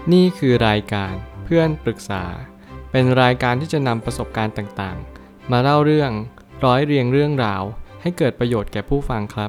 นี่คือรายการเพื่อนปรึกษาเป็นรายการที่จะนำประสบการณ์ต่างๆมาเล่าเรื่องร้อยเรียงเรื่องราวให้เกิดประโยชน์แก่ผู้ฟังครับ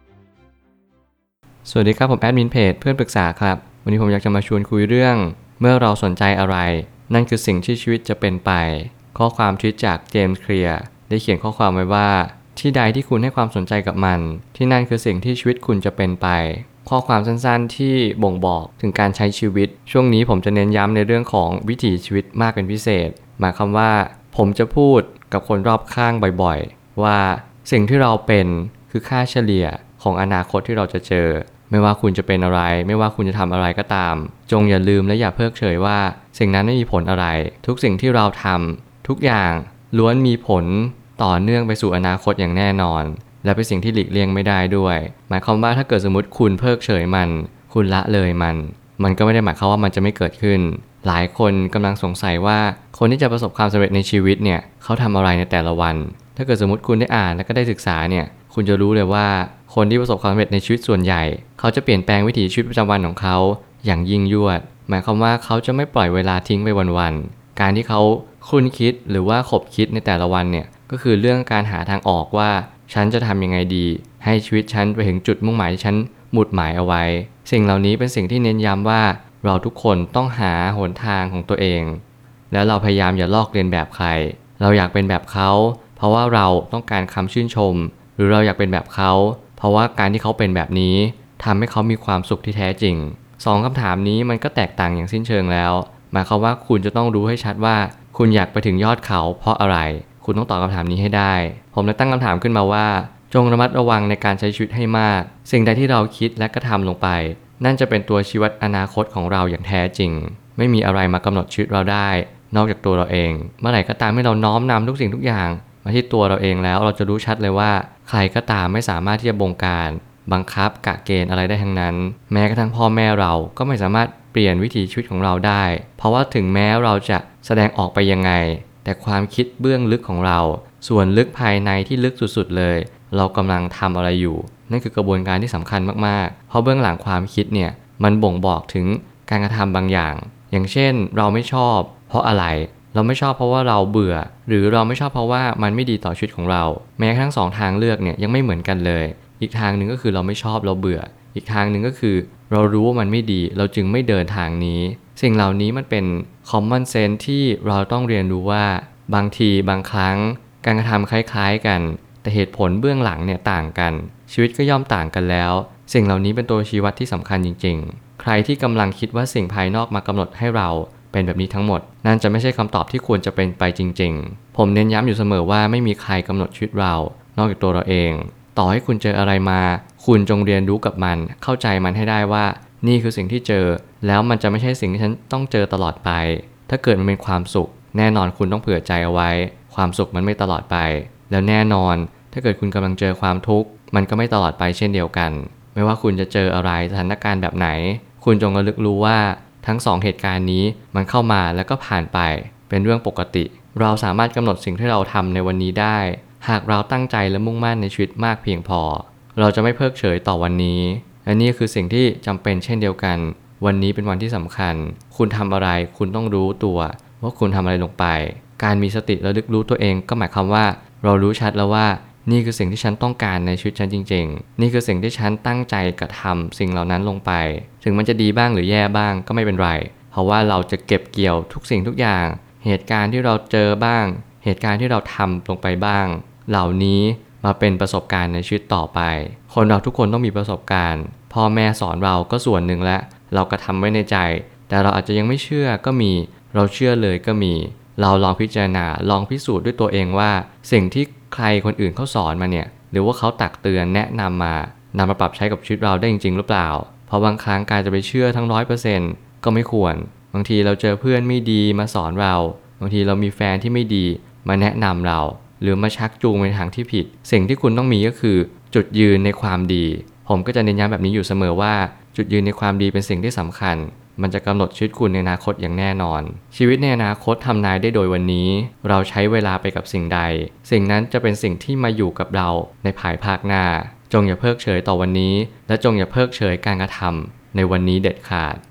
สวัสดีครับผมแอดมินเพจเพื่อนปรึกษาครับวันนี้ผมอยากจะมาชวนคุยเรื่องเมื่อเราสนใจอะไรนั่นคือสิ่งที่ชีวิตจะเป็นไปข้อความชีวิตจากเจมส์เคลียร์ได้เขียนข้อความไว้ว่าที่ใดที่คุณให้ความสนใจกับมันที่นั่นคือสิ่งที่ชีวิตคุณจะเป็นไปข้อความสั้นๆที่บ่งบอกถึงการใช้ชีวิตช่วงนี้ผมจะเน้นย้ำในเรื่องของวิถีชีวิตมากเป็นพิเศษหมายความว่าผมจะพูดกับคนรอบข้างบ่อยๆว่าสิ่งที่เราเป็นคือค่าเฉลี่ยของอนาคตที่เราจะเจอไม่ว่าคุณจะเป็นอะไรไม่ว่าคุณจะทำอะไรก็ตามจงอย่าลืมและอย่าเพิกเฉยว่าสิ่งนั้นไม่มีผลอะไรทุกสิ่งที่เราทำทุกอย่างล้วนมีผลต่อเนื่องไปสู่อนาคตอย่างแน่นอนและเป็นสิ่งที่หลีกเลี่ยงไม่ได้ด้วยหมายความว่าถ้าเกิดสมมติคุณเพิกเฉยมันคุณละเลยมันก็ไม่ได้หมายความว่ามันจะไม่เกิดขึ้นหลายคนกำลังสงสัยว่าคนที่จะประสบความสำเร็จในชีวิตเนี่ยเขาทำอะไรในแต่ละวันถ้าเกิดสมมติคุณได้อ่านและก็ได้ศึกษาเนี่ยคุณจะรู้เลยว่าคนที่ประสบความสำเร็จในชีวิตส่วนใหญ่เขาจะเปลี่ยนแปลงวิถีชีวิตประจำวันของเขาอย่างยิ่งยวดหมายความว่าเขาจะไม่ปล่อยเวลาทิ้งไปวันๆการที่เขาคุ้นคิดหรือว่าขบคิดในแต่ละวันเนี่ยก็คือเรื่องการหาทางออกว่าฉันจะทำยังไงดีให้ชีวิตฉันไปถึงจุดมุ่งหมายที่ฉันหมุดหมายเอาไว้สิ่งเหล่านี้เป็นสิ่งที่เน้นย้ำว่าเราทุกคนต้องหาหนทางของตัวเองแล้วเราพยายามอย่าลอกเลียนแบบใครเราอยากเป็นแบบเขาเพราะว่าเราต้องการคำชื่นชมหรือเราอยากเป็นแบบเขาเพราะว่าการที่เขาเป็นแบบนี้ทำให้เขามีความสุขที่แท้จริงสองคำถามนี้มันก็แตกต่างอย่างสิ้นเชิงแล้วหมายความว่าคุณจะต้องรู้ให้ชัดว่าคุณอยากไปถึงยอดเขาเพราะอะไรคุณต้องตอบคำถามนี้ให้ได้ผมเลยตั้งคำถามขึ้นมาว่าจงระมัดระวังในการใช้ชีวิตให้มากสิ่งใดที่เราคิดและกระทำลงไปนั่นจะเป็นตัวชี้วัดอนาคตของเราอย่างแท้จริงไม่มีอะไรมากำหนดชีวิตเราได้นอกจากตัวเราเองเมื่อไหร่ก็ตามที่เราน้อมนำทุกสิ่งทุกอย่างมาที่ตัวเราเองแล้วเราจะรู้ชัดเลยว่าใครก็ตามไม่สามารถที่จะบงการบังคับกะเกณฑ์อะไรได้ทั้งนั้นแม้กระทั่งพ่อแม่เราก็ไม่สามารถเปลี่ยนวิถีชีวิตของเราได้เพราะว่าถึงแม้เราจะแสดงออกไปยังไงแต่ความคิดเบื้องลึกของเราส่วนลึกภายในที่ลึกสุดๆเลยเรากำลังทำอะไรอยู่นั่นคือกระบวนการที่สำคัญมากๆเพราะเบื้องหลังความคิดเนี่ยมันบ่งบอกถึงการกระทำบางอย่างอย่างเช่นเราไม่ชอบเพราะอะไรเราไม่ชอบเพราะว่าเราเบื่อหรือเราไม่ชอบเพราะว่ามันไม่ดีต่อชีวิตของเราแม้ทั้งสองทางเลือกเนี่ยยังไม่เหมือนกันเลยอีกทางหนึ่งก็คือเราไม่ชอบเราเบื่ออีกทางหนึ่งก็คือเรารู้ว่ามันไม่ดีเราจึงไม่เดินทางนี้สิ่งเหล่านี้มันเป็น common sense ที่เราต้องเรียนรู้ว่าบางทีบางครั้งการกระทำคล้ายๆกันแต่เหตุผลเบื้องหลังเนี่ยต่างกันชีวิตก็ย่อมต่างกันแล้วสิ่งเหล่านี้เป็นตัวชี้วัดที่สำคัญจริงๆใครที่กำลังคิดว่าสิ่งภายนอกมากำหนดให้เราเป็นแบบนี้ทั้งหมดนั่นจะไม่ใช่คำตอบที่ควรจะเป็นไปจริงๆผมเน้นย้ำอยู่เสมอว่าไม่มีใครกำหนดชีวิตเรานอกจากตัวเราเองต่อให้คุณเจออะไรมาคุณจงเรียนรู้กับมันเข้าใจมันให้ได้ว่านี่คือสิ่งที่เจอแล้วมันจะไม่ใช่สิ่งที่ฉันต้องเจอตลอดไปถ้าเกิดมันเป็นความสุขแน่นอนคุณต้องเผื่อใจเอาไว้ความสุขมันไม่ตลอดไปแล้วแน่นอนถ้าเกิดคุณกำลังเจอความทุกข์มันก็ไม่ตลอดไปเช่นเดียวกันไม่ว่าคุณจะเจออะไรสถานการณ์แบบไหนคุณจงระลึกรู้ว่าทั้งสองเหตุการณ์นี้มันเข้ามาแล้วก็ผ่านไปเป็นเรื่องปกติเราสามารถกำหนดสิ่งที่เราทำในวันนี้ได้หากเราตั้งใจและมุ่งมั่นในชีวิตมากเพียงพอเราจะไม่เพิกเฉยต่อวันนี้และนี่คือสิ่งที่จำเป็นเช่นเดียวกันวันนี้เป็นวันที่สำคัญคุณทำอะไรคุณต้องรู้ตัวว่าคุณทำอะไรลงไปการมีสติระลึกรู้ตัวเองก็หมายความว่าเรารู้ชัดแล้วว่านี่คือสิ่งที่ฉันต้องการในชีวิตฉันจริงๆนี่คือสิ่งที่ฉันตั้งใจกระทำสิ่งเหล่านั้นลงไปถึงมันจะดีบ้างหรือแย่บ้างก็ไม่เป็นไรเพราะว่าเราจะเก็บเกี่ยวทุกสิ่งทุกอย่างเหตุการณ์ที่เราเจอบ้างเหตุการณ์ที่เราทำลงไปบ้างเหล่านี้มาเป็นประสบการณ์ในชีวิตต่อไปคนเราทุกคนต้องมีประสบการณ์พ่อแม่สอนเราก็ส่วนหนึ่งแล้วเราก็ทำไว้ในใจแต่เราอาจจะยังไม่เชื่อก็มีเราเชื่อเลยก็มีเราลองพิจารณาลองพิสูจน์ด้วยตัวเองว่าสิ่งที่ใครคนอื่นเขาสอนมาเนี่ยหรือว่าเขาตักเตือนแนะนำมานำมาปรับใช้กับชีวิตเราได้จริงๆหรือเปล่าเพราะบางครั้งการจะไปเชื่อทั้ง 100% ก็ไม่ควรบางทีเราเจอเพื่อนไม่ดีมาสอนเราบางทีเรามีแฟนที่ไม่ดีมาแนะนำเราหรือมาชักจูงไปทางที่ผิดสิ่งที่คุณต้องมีก็คือจุดยืนในความดีผมก็จะเน้นย้ำแบบนี้อยู่เสมอว่าจุดยืนในความดีเป็นสิ่งที่สำคัญมันจะกำหนดชีวิตคุณในอนาคตอย่างแน่นอนชีวิตในอนาคตทำนายได้โดยวันนี้เราใช้เวลาไปกับสิ่งใดสิ่งนั้นจะเป็นสิ่งที่มาอยู่กับเราในภายภาคหน้าจงอย่าเพิกเฉยต่อวันนี้และจงอย่าเพิกเฉยการกระทำในวันนี้เด็ดขาด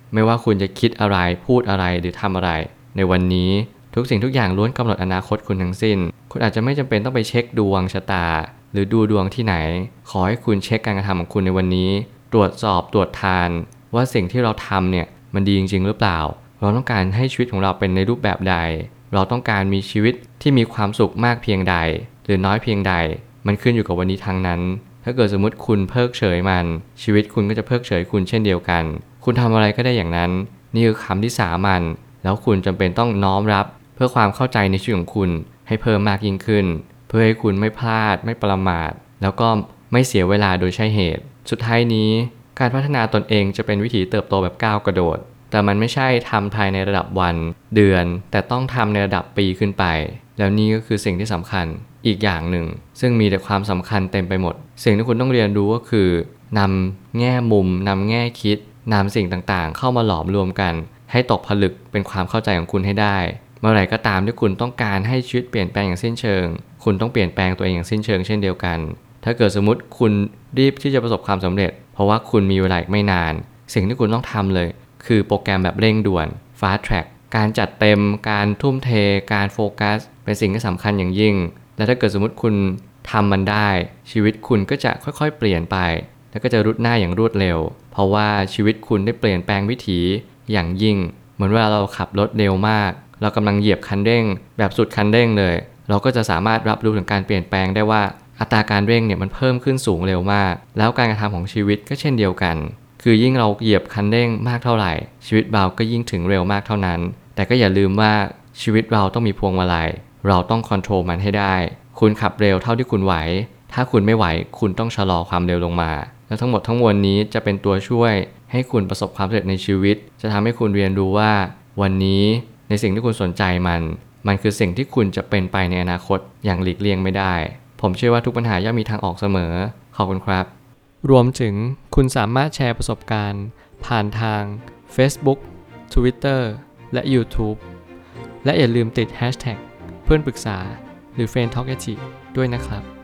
ไม่ว่าคุณจะคิดอะไรพูดอะไรหรือทำอะไรในวันนี้ทุกสิ่งทุกอย่างล้วนกำหนดอนาคตคุณทั้งสิ้นคุณอาจจะไม่จำเป็นต้องไปเช็คดวงชะตาหรือดูดวงที่ไหนขอให้คุณเช็คการกระทำของคุณในวันนี้ตรวจสอบตรวจทานว่าสิ่งที่เราทำเนี่ยมันดีจริงๆหรือเปล่าเราต้องการให้ชีวิตของเราเป็นในรูปแบบใดเราต้องการมีชีวิตที่มีความสุขมากเพียงใดหรือน้อยเพียงใดมันขึ้นอยู่กับวันนี้ทั้งนั้นถ้าเกิดสมมติคุณเพิกเฉยมันชีวิตคุณก็จะเพิกเฉยคุณเช่นเดียวกันคุณทำอะไรก็ได้อย่างนั้นนี่คือคำที่สามัญแล้วคุณจำเป็นต้องน้อมรับเพื่อความเข้าใจในชีวิตของคุณให้เพิ่มมากยิ่งขึ้นเพื่อให้คุณไม่พลาดไม่ประมาทแล้วก็ไม่เสียเวลาโดยใช่เหตุสุดท้ายนี้การพัฒนาตนเองจะเป็นวิถีเติบโตแบบก้าวกระโดดแต่มันไม่ใช่ทำภายในระดับวันเดือนแต่ต้องทำในระดับปีขึ้นไปแล้วนี่ก็คือสิ่งที่สำคัญอีกอย่างหนึ่งซึ่งมีแต่ความสำคัญเต็มไปหมดสิ่งที่คุณต้องเรียนรู้ก็คือนำแง่มุมนำแง่คิดนำสิ่งต่างๆเข้ามาหลอมรวมกันให้ตกผลึกเป็นความเข้าใจของคุณให้ได้เมื่อไหร่ก็ตามที่คุณต้องการให้ชีวิตเปลี่ยนแปลงอย่างสิ้นเชิงคุณต้องเปลี่ยนแปลงตัวเองอย่างสิ้นเชิงเช่นเดียวกันถ้าเกิดสมมติคุณรีบที่จะประสบความสำเร็จเพราะว่าคุณมีเวลาอีกไม่นานสิ่งที่คุณต้องทำเลยคือโปรแกรมแบบเร่งด่วน Fast Track การจัดเต็มการทุ่มเทการโฟกัสเป็นสิ่งที่สำคัญอย่างยิ่งและถ้าเกิดสมมติคุณทำมันได้ชีวิตคุณก็จะค่อยๆเปลี่ยนไปแล้วก็จะรุดหน้าอย่างรวดเร็วเพราะว่าชีวิตคุณได้เปลี่ยนแปลงวิถีอย่างยิ่งเหมือนเวลาเราขับรถเร็วมากเรากำลังเหยียบคันเร่งแบบสุดคันเร่งเลยเราก็จะสามารถรับรู้ถึงการเปลี่ยนแปลงได้ว่าอัตราการเร่งเนี่ยมันเพิ่มขึ้นสูงเร็วมากแล้วการกระทำของชีวิตก็เช่นเดียวกันคือยิ่งเราเหยียบคันเร่งมากเท่าไหร่ชีวิตเราก็ยิ่งถึงเร็วมากเท่านั้นแต่ก็อย่าลืมว่าชีวิตเราต้องมีพวงมาลัยเราต้องคอนโทรลมันให้ได้คุณขับเร็วเท่าที่คุณไหวถ้าคุณไม่ไหวคุณต้องชะลอความเร็วลงมาและทั้งหมดทั้งมวลนี้จะเป็นตัวช่วยให้คุณประสบความสำเร็จในชีวิตจะทำให้คุณเรียนรู้ว่าวันนี้ในสิ่งที่คุณสนใจมันคือสิ่งที่คุณจะเป็นไปในอนาคตอย่างหลีกเลี่ยงไม่ได้ผมเชื่อว่าทุกปัญหาย่อมมีทางออกเสมอขอบคุณครับรวมถึงคุณสามารถแชร์ประสบการณ์ผ่านทาง Facebook Twitter และ YouTube และอย่าลืมติด Hashtag เพื่อนปรึกษาหรือ Friend Talk ด้วยนะครับ